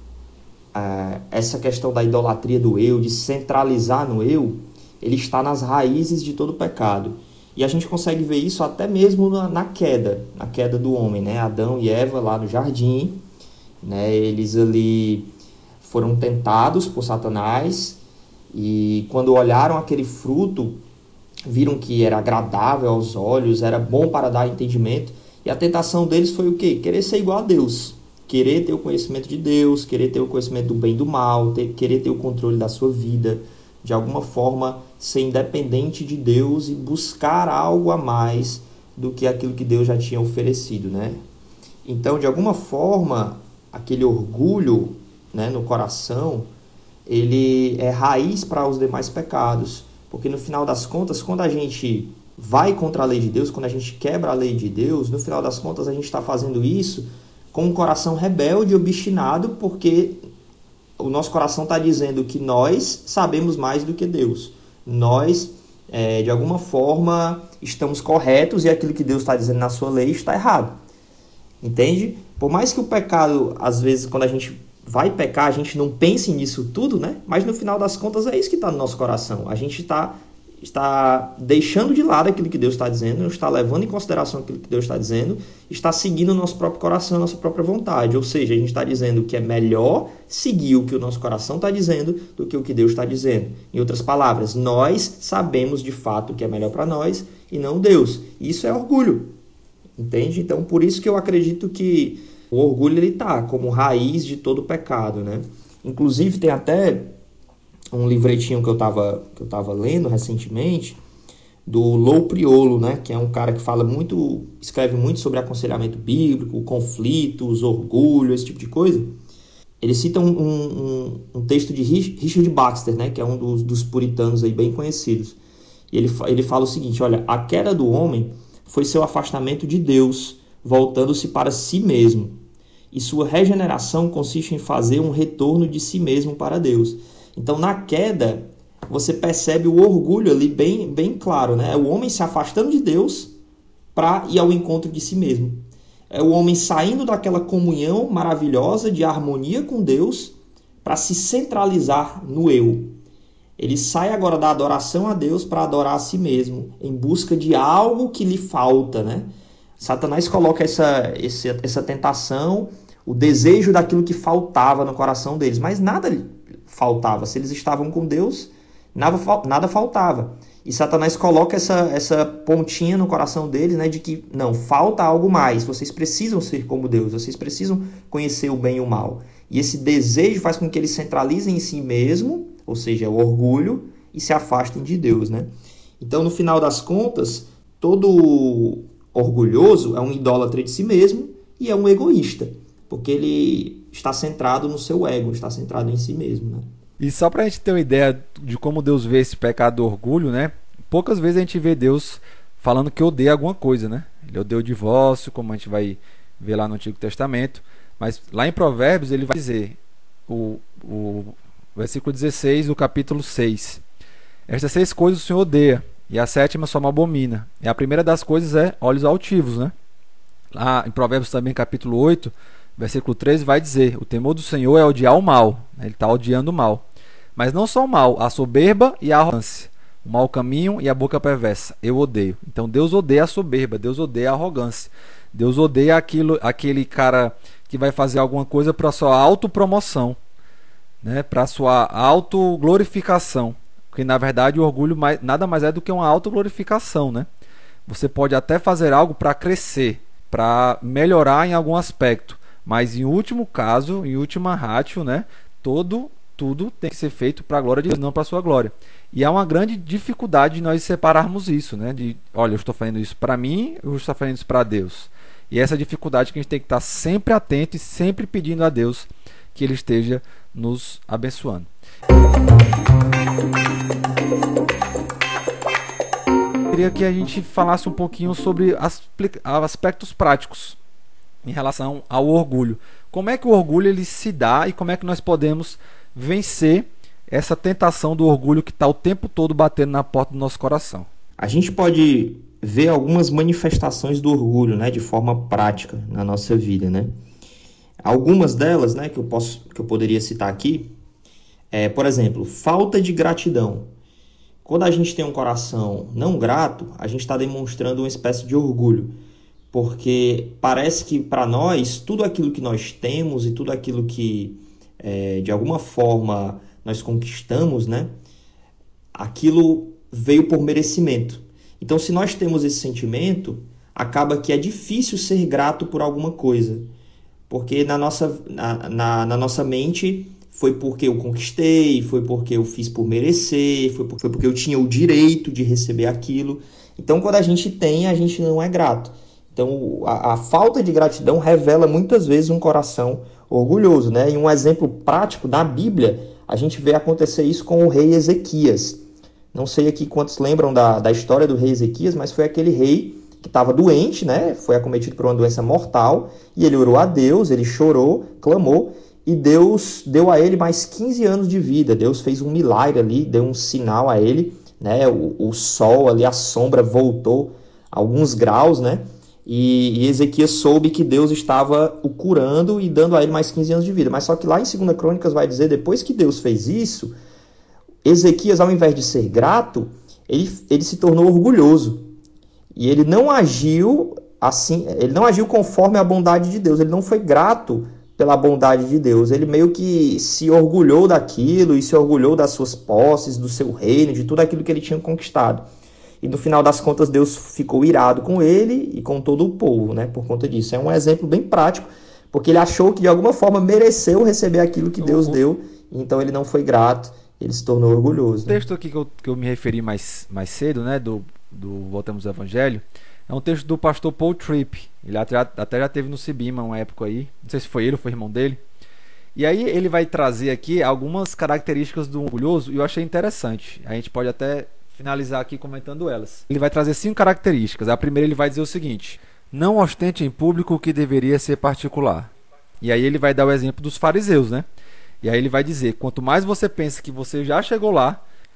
ah, essa questão da idolatria do eu, de centralizar no eu, ele está nas raízes de todo pecado. E a gente consegue ver isso até mesmo na, na queda, na queda do homem, né? Adão e Eva lá no jardim, né? Eles ali foram tentados por Satanás e quando olharam aquele fruto, viram que era agradável aos olhos, era bom para dar entendimento, e a tentação deles foi o quê? Querer ser igual a Deus, querer ter o conhecimento de Deus, querer ter o conhecimento do bem e do mal, ter, querer ter o controle da sua vida, de alguma forma ser independente de Deus e buscar algo a mais do que aquilo que Deus já tinha oferecido, né? Então, de alguma forma, aquele orgulho, né, no coração, ele é raiz para os demais pecados, porque no final das contas, quando a gente vai contra a lei de Deus, quando a gente quebra a lei de Deus, no final das contas a gente está fazendo isso com um coração rebelde e obstinado, porque o nosso coração está dizendo que nós sabemos mais do que Deus. Nós, é, de alguma forma, estamos corretos e aquilo que Deus está dizendo na sua lei está errado. Entende? Por mais que o pecado, às vezes, quando a gente vai pecar, a gente não pense nisso tudo, né? Mas no final das contas é isso que está no nosso coração. A gente está, está deixando de lado aquilo que Deus está dizendo, não está levando em consideração aquilo que Deus está dizendo, está seguindo o nosso próprio coração, a nossa própria vontade. Ou seja, a gente está dizendo que é melhor seguir o que o nosso coração está dizendo do que o que Deus está dizendo. Em outras palavras, nós sabemos de fato o que é melhor para nós e não Deus. Isso é orgulho. Entende? Então, por isso que eu acredito que o orgulho ele tá como raiz de todo pecado, né? Inclusive, tem até um livretinho que eu estava que eu tava lendo recentemente, do Lou Priolo, né? Que é um cara que fala muito, escreve muito sobre aconselhamento bíblico, conflitos, orgulho, esse tipo de coisa. Ele cita um, um, um texto de Richard Baxter, né? Que é um dos, dos puritanos aí bem conhecidos. E ele, ele fala o seguinte, olha, a queda do homem foi seu afastamento de Deus, voltando-se para si mesmo. E sua regeneração consiste em fazer um retorno de si mesmo para Deus. Então, na queda, você percebe o orgulho ali bem, bem claro, né? É o homem se afastando de Deus para ir ao encontro de si mesmo. É o homem saindo daquela comunhão maravilhosa de harmonia com Deus para se centralizar no eu. Ele sai agora da adoração a Deus para adorar a si mesmo, em busca de algo que lhe falta, né? Satanás coloca essa, essa, essa tentação, o desejo daquilo que faltava no coração deles, mas nada faltava. Se eles estavam com Deus, nada, nada faltava. E Satanás coloca essa, essa pontinha no coração deles, né, de que não, falta algo mais, vocês precisam ser como Deus, vocês precisam conhecer o bem e o mal. E esse desejo faz com que eles centralizem em si mesmo, ou seja, o orgulho, e se afastem de Deus, né? Então, no final das contas, todo orgulhoso é um idólatra de si mesmo e é um egoísta, porque ele está centrado no seu ego, está centrado em si mesmo, né? E só para a gente ter uma ideia de como Deus vê esse pecado do orgulho, né? Poucas vezes a gente vê Deus falando que odeia alguma coisa, né? Ele odeia o divórcio, como a gente vai ver lá no Antigo Testamento, mas lá em Provérbios ele vai dizer, o, o versículo dezesseis do capítulo seis, estas seis coisas o Senhor odeia, e a sétima só me abomina. E a primeira das coisas é olhos altivos, né? Lá em Provérbios também, capítulo oito, versículo treze, vai dizer, o temor do Senhor é odiar o mal. Ele está odiando o mal. Mas não só o mal, a soberba e a arrogância. O mau caminho e a boca perversa. Eu odeio. Então Deus odeia a soberba, Deus odeia a arrogância. Deus odeia aquilo, aquele cara que vai fazer alguma coisa para sua autopromoção, né? Para sua autoglorificação. Porque na verdade o orgulho mais, nada mais é do que uma autoglorificação, né? Você pode até fazer algo para crescer, para melhorar em algum aspecto, mas em último caso, em última ratio, né, todo, tudo tem que ser feito para a glória de Deus, não para a sua glória. E há uma grande dificuldade de nós separarmos isso, né? De, olha, eu estou fazendo isso para mim, eu estou fazendo isso para Deus. E essa dificuldade que a gente tem que estar sempre atento e sempre pedindo a Deus que Ele esteja nos abençoando. Eu queria que a gente falasse um pouquinho sobre aspectos práticos em relação ao orgulho. Como é que o orgulho ele se dá e como é que nós podemos vencer essa tentação do orgulho que está o tempo todo batendo na porta do nosso coração? A gente pode ver algumas manifestações do orgulho, né, de forma prática na nossa vida, né? Algumas delas, né, que eu posso, que eu poderia citar aqui, é, por exemplo, falta de gratidão. Quando a gente tem um coração não grato, a gente está demonstrando uma espécie de orgulho, porque parece que para nós tudo aquilo que nós temos e tudo aquilo que é, de alguma forma nós conquistamos, né, aquilo veio por merecimento. Então, se nós temos esse sentimento, acaba que é difícil ser grato por alguma coisa, porque na nossa, na, na, na nossa mente foi porque eu conquistei, foi porque eu fiz por merecer, foi, por, foi porque eu tinha o direito de receber aquilo. Então, quando a gente tem, a gente não é grato. Então, a, a falta de gratidão revela muitas vezes um coração orgulhoso, né? E um exemplo prático na Bíblia, a gente vê acontecer isso com o rei Ezequias. Não sei aqui quantos lembram da, da história do rei Ezequias, mas foi aquele rei que estava doente, né? Foi acometido por uma doença mortal, e ele orou a Deus, ele chorou, clamou, e Deus deu a ele mais quinze anos de vida. Deus fez um milagre ali, deu um sinal a ele, né? O, o sol ali, a sombra voltou alguns graus, né? E, e Ezequias soube que Deus estava o curando e dando a ele mais quinze anos de vida. Mas só que lá em segunda Crônicas vai dizer, depois que Deus fez isso, Ezequias, ao invés de ser grato, ele, ele se tornou orgulhoso. E ele não agiu assim, ele não agiu conforme a bondade de Deus, ele não foi grato pela bondade de Deus. Ele meio que se orgulhou daquilo e se orgulhou das suas posses, do seu reino, de tudo aquilo que ele tinha conquistado. E no final das contas Deus ficou irado com ele e com todo o povo, né, por conta disso. É um exemplo bem prático, porque ele achou que de alguma forma mereceu receber aquilo que Deus deu, então ele não foi grato, ele se tornou orgulhoso. O texto aqui que eu, que eu me referi mais, mais cedo, né, do, do Voltamos ao Evangelho, é um texto do pastor Paul Tripp. Ele até, até já teve no Cibima uma época aí, não sei se foi ele ou foi irmão dele. E aí ele vai trazer aqui algumas características do orgulhoso e eu achei interessante. A gente pode até finalizar aqui comentando elas. Ele vai trazer cinco características. A primeira ele vai dizer o seguinte: não ostente em público o que deveria ser particular. E aí ele vai dar o exemplo dos fariseus, né? E aí ele vai dizer, quanto mais você pensa que você já chegou lá,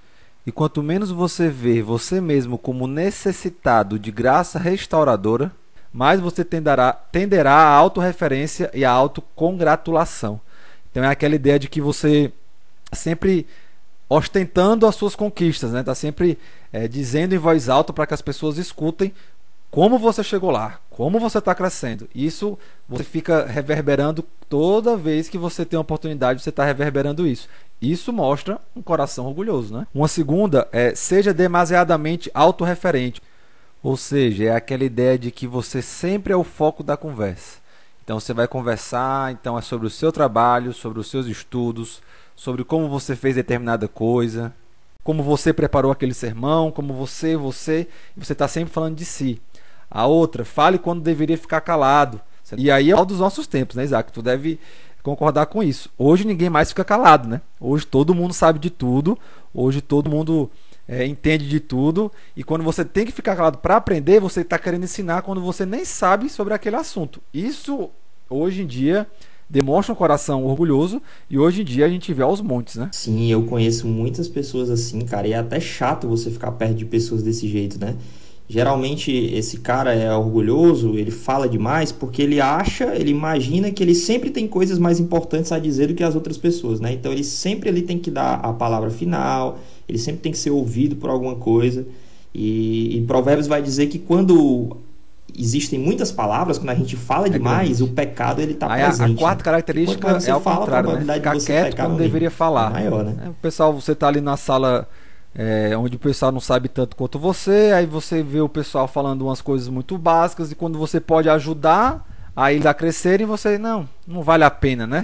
e quanto menos você vê você mesmo como necessitado de graça restauradora, mais você tenderá, tenderá à autorreferência e à autocongratulação. Então é aquela ideia de que você sempre ostentando as suas conquistas, né? Tá sempre é, dizendo em voz alta para que as pessoas escutem como você chegou lá, como você está crescendo. Isso você fica reverberando toda vez que você tem uma oportunidade, você está reverberando isso. Isso mostra um coração orgulhoso, né? Uma segunda é seja demasiadamente autorreferente, ou seja, é aquela ideia de que você sempre é o foco da conversa. Então você vai conversar, então é sobre o seu trabalho, sobre os seus estudos, sobre como você fez determinada coisa, como você preparou aquele sermão, como você, você, você está sempre falando de si. A outra, fale quando deveria ficar calado. E aí é o dos nossos tempos, né, Isaac? Tu deve concordar com isso. Hoje ninguém mais fica calado, né? Hoje todo mundo sabe de tudo, hoje todo mundo é, entende de tudo, e quando você tem que ficar calado para aprender, você está querendo ensinar quando você nem sabe sobre aquele assunto. Isso, hoje em dia, demonstra um coração orgulhoso, e hoje em dia a gente vê aos montes, né? Sim, eu conheço muitas pessoas assim, cara, e é até chato você ficar perto de pessoas desse jeito, né? Geralmente esse cara é orgulhoso, ele fala demais porque ele acha, ele imagina que ele sempre tem coisas mais importantes a dizer do que as outras pessoas, né? Então ele sempre ali tem que dar a palavra final, ele sempre tem que ser ouvido por alguma coisa. E, e Provérbios vai dizer que quando existem muitas palavras, quando a gente fala é demais, grande. O pecado ele está presente. A quarta característica é ao fala, contrário, né? Ficar quieto quando deveria falar. É maior, né? É, o pessoal, você está ali na sala... É, onde o pessoal não sabe tanto quanto você, aí você vê o pessoal falando umas coisas muito básicas, e quando você pode ajudar a eles a crescerem, você, não, não vale a pena, né?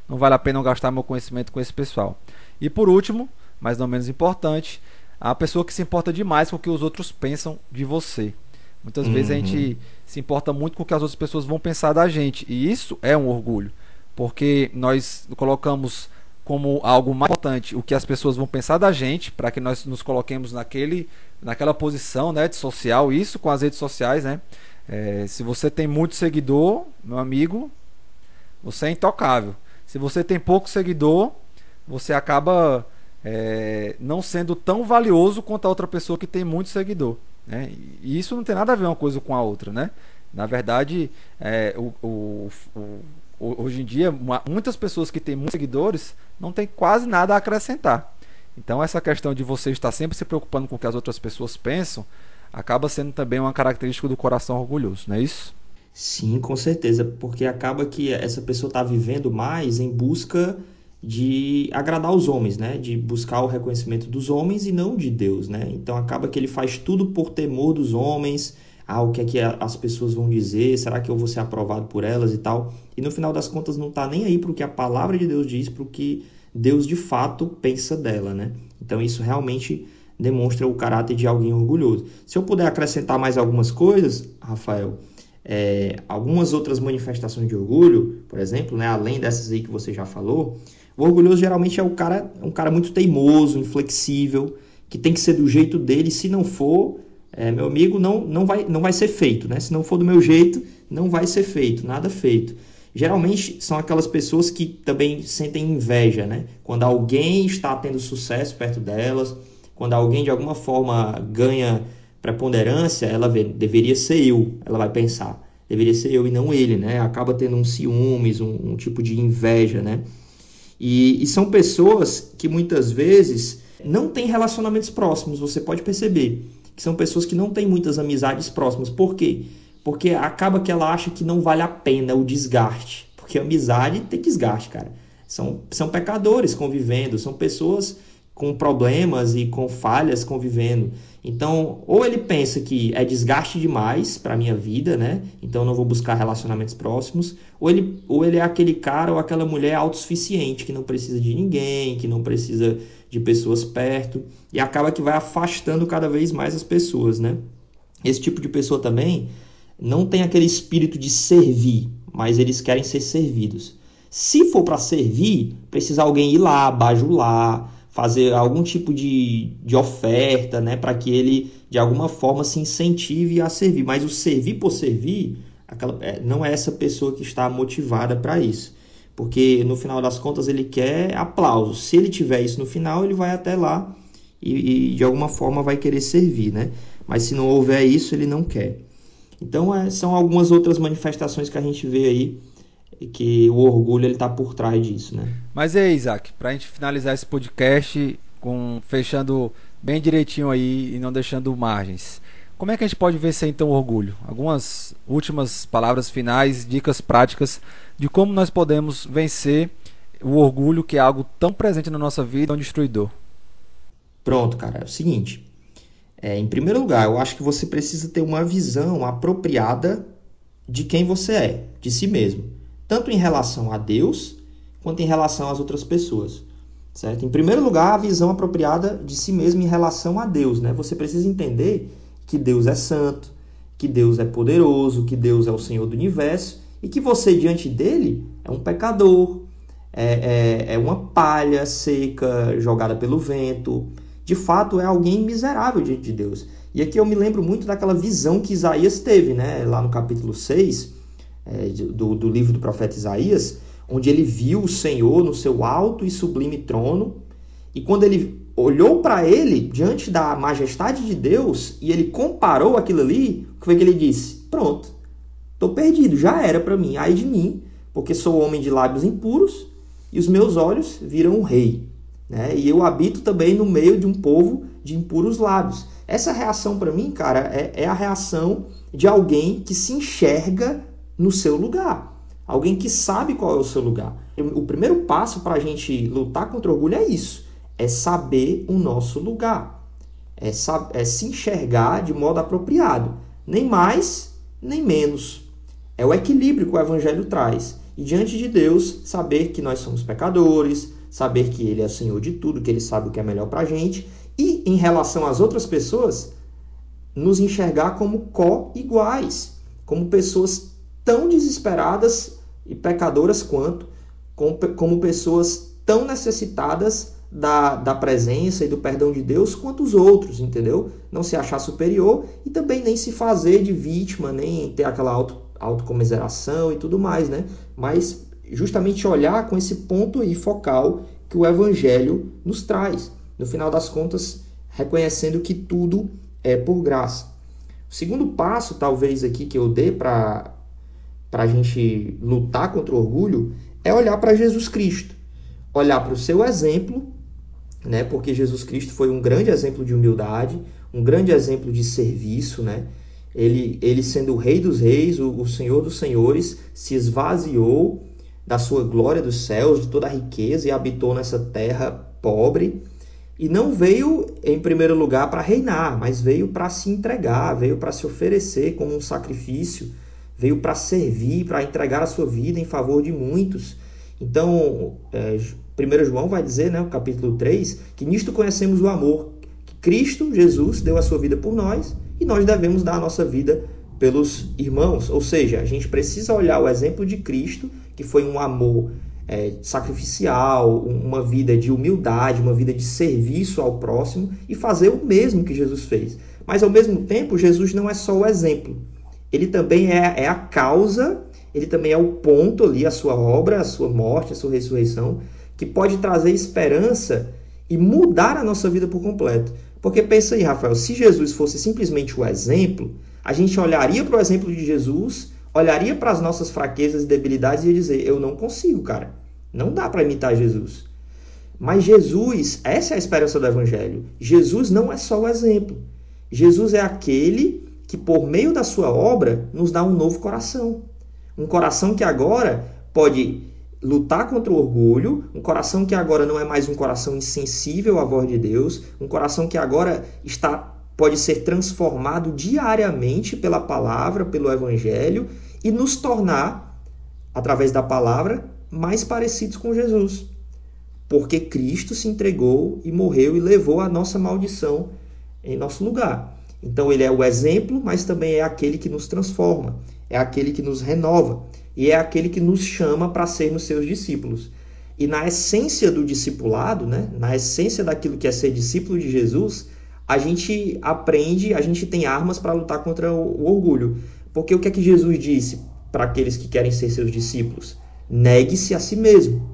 não vale a pena eu gastar meu conhecimento com esse pessoal. E por último, mas não menos importante, a pessoa que se importa demais com o que os outros pensam de você. Muitas vezes a Uhum. gente se importa muito com o que as outras pessoas vão pensar da gente, e isso é um orgulho, porque nós colocamos como algo mais importante o que as pessoas vão pensar da gente, para que nós nos coloquemos naquele, naquela posição, né, de social, isso com as redes sociais, né? É, se você tem muito seguidor, meu amigo, você é intocável. Se você tem pouco seguidor, você acaba é, não sendo tão valioso quanto a outra pessoa que tem muito seguidor, né? E isso não tem nada a ver uma coisa com a outra, né? Na verdade, é, o, o, o, hoje em dia, muitas pessoas que têm muitos seguidores não têm quase nada a acrescentar. Então, essa questão de você estar sempre se preocupando com o que as outras pessoas pensam acaba sendo também uma característica do coração orgulhoso, não é isso? Sim, com certeza, porque acaba que essa pessoa está vivendo mais em busca de agradar os homens, né? De buscar o reconhecimento dos homens e não de Deus, né? Então acaba que ele faz tudo por temor dos homens. Ah, o que é que as pessoas vão dizer? Será que eu vou ser aprovado por elas e tal? E no final das contas não está nem aí para o que a palavra de Deus diz, para o que Deus de fato pensa dela, né? Então isso realmente demonstra o caráter de alguém orgulhoso. Se eu puder acrescentar mais algumas coisas, Rafael, é, algumas outras manifestações de orgulho, por exemplo, né, além dessas aí que você já falou, o orgulhoso geralmente é o cara, um cara muito teimoso, inflexível, que tem que ser do jeito dele. Se não for, é, meu amigo, não, não, vai, não vai ser feito, né? Se não for do meu jeito, não vai ser feito, nada feito. Geralmente são aquelas pessoas que também sentem inveja, né? Quando alguém está tendo sucesso perto delas, quando alguém de alguma forma ganha preponderância, ela vê, deveria ser eu, ela vai pensar, deveria ser eu e não ele, né? Acaba tendo um ciúmes, um, um tipo de inveja, né? E, e são pessoas que muitas vezes não têm relacionamentos próximos, você pode perceber, que são pessoas que não têm muitas amizades próximas. Por quê? Porque acaba que ela acha que não vale a pena o desgaste, porque a amizade tem desgaste, cara. São, são pecadores convivendo, são pessoas com problemas e com falhas convivendo. Então, ou ele pensa que é desgaste demais para a minha vida, né? Então eu não vou buscar relacionamentos próximos, ou ele, ou ele é aquele cara ou aquela mulher autossuficiente, que não precisa de ninguém, que não precisa de pessoas perto, e acaba que vai afastando cada vez mais as pessoas, né? Esse tipo de pessoa também não tem aquele espírito de servir, mas eles querem ser servidos. Se for para servir, precisa alguém ir lá, bajular, fazer algum tipo de, de oferta, né, para que ele, de alguma forma, se incentive a servir. Mas o servir por servir, aquela, é, não é essa pessoa que está motivada para isso. Porque, no final das contas, ele quer aplauso. Se ele tiver isso no final, ele vai até lá e, e de alguma forma, vai querer servir, né? Mas se não houver isso, ele não quer. Então, é, são algumas outras manifestações que a gente vê aí, que o orgulho está por trás disso, né? Mas e aí, Isaac, pra gente finalizar esse podcast com fechando bem direitinho aí e não deixando margens. Como é que a gente pode vencer então o orgulho? Algumas últimas palavras finais, dicas práticas de como nós podemos vencer o orgulho, que é algo tão presente na nossa vida, tão destruidor. Pronto, cara, é o seguinte. É, em primeiro lugar, eu acho que você precisa ter uma visão apropriada de quem você é, de si mesmo, tanto em relação a Deus quanto em relação às outras pessoas, certo? Em primeiro lugar, a visão apropriada de si mesmo em relação a Deus, né? Você precisa entender que Deus é santo, que Deus é poderoso, que Deus é o Senhor do universo e que você, diante dele, é um pecador, é, é, é uma palha seca jogada pelo vento. De fato, é alguém miserável diante de Deus. E aqui eu me lembro muito daquela visão que Isaías teve, né? Lá no capítulo seis, é, do, do livro do profeta Isaías, onde ele viu o Senhor no seu alto e sublime trono, e quando ele olhou para ele, diante da majestade de Deus, e ele comparou aquilo ali, o que foi que ele disse? Pronto, estou perdido, já era para mim, ai de mim, porque sou homem de lábios impuros, e os meus olhos viram um rei, né? E eu habito também no meio de um povo de impuros lábios. Essa reação para mim, cara, é, é a reação de alguém que se enxerga no seu lugar. Alguém que sabe qual é o seu lugar. O primeiro passo para a gente lutar contra o orgulho é isso. É saber o nosso lugar. É, é se enxergar de modo apropriado. Nem mais, nem menos. É o equilíbrio que o Evangelho traz. e diante de Deus saber que nós somos pecadores, saber que Ele é o Senhor de tudo, que Ele sabe o que é melhor para a gente, e em relação às outras pessoas, nos enxergar como co-iguais, como pessoas tão desesperadas e pecadoras quanto, como, como pessoas tão necessitadas da, da presença e do perdão de Deus quanto os outros, entendeu? Não se achar superior e também nem se fazer de vítima, nem ter aquela auto, autocomiseração e tudo mais, né? Mas justamente olhar com esse ponto aí focal que o Evangelho nos traz. No final das contas, reconhecendo que tudo é por graça. O segundo passo, talvez, aqui que eu dê para a gente lutar contra o orgulho é olhar para Jesus Cristo. Olhar para o seu exemplo, né? Porque Jesus Cristo foi um grande exemplo de humildade, um grande exemplo de serviço, né? Ele, ele sendo o Rei dos Reis, o, o Senhor dos Senhores, se esvaziou da sua glória dos céus, de toda a riqueza, e habitou nessa terra pobre. E não veio, em primeiro lugar, para reinar, mas veio para se entregar, veio para se oferecer como um sacrifício, veio para servir, para entregar a sua vida em favor de muitos. Então, é, primeiro João vai dizer, né, no capítulo três, que nisto conhecemos o amor, que Cristo, Jesus, deu a sua vida por nós, e nós devemos dar a nossa vida pelos irmãos. Ou seja, a gente precisa olhar o exemplo de Cristo, que foi um amor É, sacrificial, uma vida de humildade, uma vida de serviço ao próximo e fazer o mesmo que Jesus fez. Mas, ao mesmo tempo, Jesus não é só o exemplo. Ele também é, é a causa, ele também é o ponto ali, a sua obra, a sua morte, a sua ressurreição, que pode trazer esperança e mudar a nossa vida por completo. Porque pensa aí, Rafael, se Jesus fosse simplesmente o exemplo, a gente olharia para o exemplo de Jesus, olharia para as nossas fraquezas e debilidades e ia dizer, eu não consigo, cara. Não dá para imitar Jesus. Mas Jesus, essa é a esperança do Evangelho. Jesus não é só o exemplo. Jesus é aquele que, por meio da sua obra, nos dá um novo coração. Um coração que agora pode lutar contra o orgulho, um coração que agora não é mais um coração insensível à voz de Deus, um coração que agora está, pode ser transformado diariamente pela palavra, pelo Evangelho, e nos tornar, através da palavra, mais parecidos com Jesus. Porque Cristo se entregou e morreu e levou a nossa maldição em nosso lugar. Então ele é o exemplo, mas também é aquele que nos transforma, é aquele que nos renova e é aquele que nos chama para sermos seus discípulos. E na essência do discipulado, né, na essência daquilo que é ser discípulo de Jesus, a gente aprende, a gente tem armas para lutar contra o orgulho. Porque o que é que Jesus disse para aqueles que querem ser seus discípulos? Negue-se a si mesmo.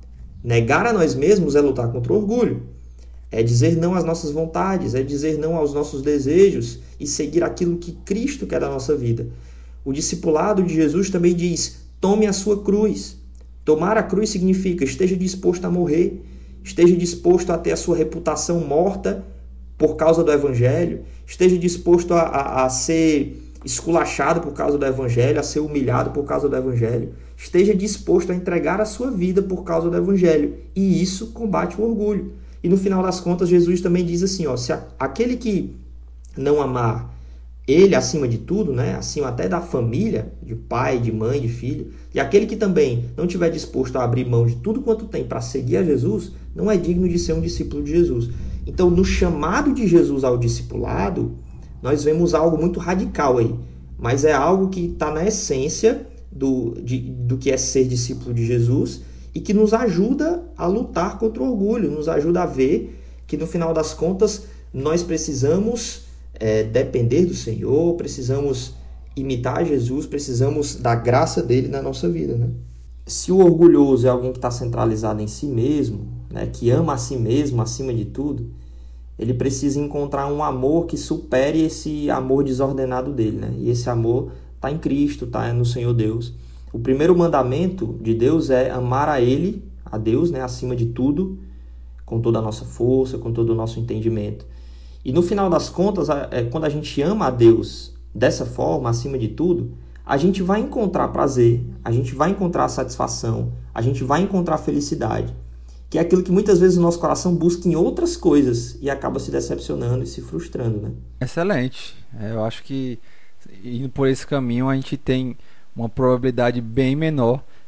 Negar a nós mesmos é lutar contra o orgulho. É dizer não às nossas vontades, é dizer não aos nossos desejos e seguir aquilo que Cristo quer da nossa vida. O discipulado de Jesus também diz, tome a sua cruz. Tomar a cruz significa esteja disposto a morrer, esteja disposto a ter a sua reputação morta por causa do Evangelho, esteja disposto a, a, a ser esculachado por causa do Evangelho, a ser humilhado por causa do Evangelho, esteja disposto a entregar a sua vida por causa do Evangelho. E isso combate o orgulho. E no final das contas, Jesus também diz assim, ó, se aquele que não amar ele acima de tudo, né, acima até da família, de pai, de mãe, de filho, e aquele que também não estiver disposto a abrir mão de tudo quanto tem para seguir a Jesus, não é digno de ser um discípulo de Jesus. Então, no chamado de Jesus ao discipulado, nós vemos algo muito radical aí, mas é algo que está na essência do, de, do que é ser discípulo de Jesus e que nos ajuda a lutar contra o orgulho, nos ajuda a ver que no final das contas nós precisamos é, depender do Senhor, precisamos imitar Jesus, precisamos da graça dele na nossa vida, né? Se o orgulhoso é alguém que está centralizado em si mesmo, né, que ama a si mesmo acima de tudo, ele precisa encontrar um amor que supere esse amor desordenado dele, né? E esse amor está em Cristo, está no Senhor Deus. O primeiro mandamento de Deus é amar a Ele, a Deus, né, acima de tudo, com toda a nossa força, com todo o nosso entendimento. E no final das contas, é, quando a gente ama a Deus dessa forma, acima de tudo, a gente vai encontrar prazer, a gente vai encontrar satisfação, a gente vai encontrar felicidade, que é aquilo que muitas vezes o nosso coração busca em outras coisas e acaba se decepcionando e se frustrando, né? Excelente. É, eu acho que indo por esse caminho a gente tem uma probabilidade bem menor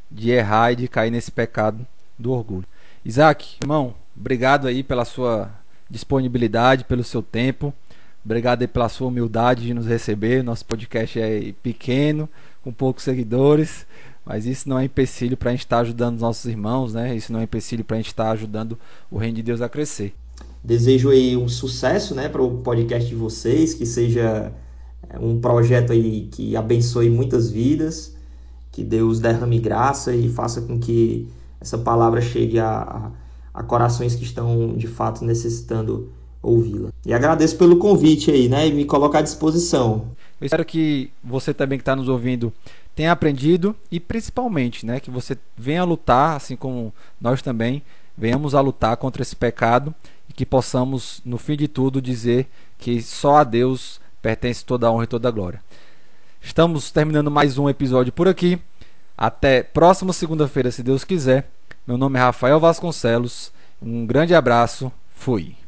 de errar e de cair nesse pecado do orgulho. Isaac, irmão, obrigado aí pela sua disponibilidade, pelo seu tempo. Obrigado aí pela sua humildade de nos receber. Nosso podcast é pequeno, com poucos seguidores, mas isso não é empecilho para a gente estar ajudando os nossos irmãos, né? Isso não é empecilho para a gente estar ajudando o reino de Deus a crescer. Desejo aí um sucesso, né, para o podcast de vocês, que seja um projeto aí que abençoe muitas vidas, que Deus derrame graça e faça com que essa palavra chegue a, a, a corações que estão de fato necessitando ouvi-la. E agradeço pelo convite aí, né, e me coloco à disposição. Eu espero que você também que está nos ouvindo tenha aprendido e principalmente, né, que você venha a lutar, assim como nós também, venhamos a lutar contra esse pecado e que possamos, no fim de tudo, dizer que só a Deus pertence toda a honra e toda a glória. Estamos terminando mais um episódio por aqui. Até próxima segunda-feira, se Deus quiser. Meu nome é Rafael Vasconcelos. Um grande abraço. Fui.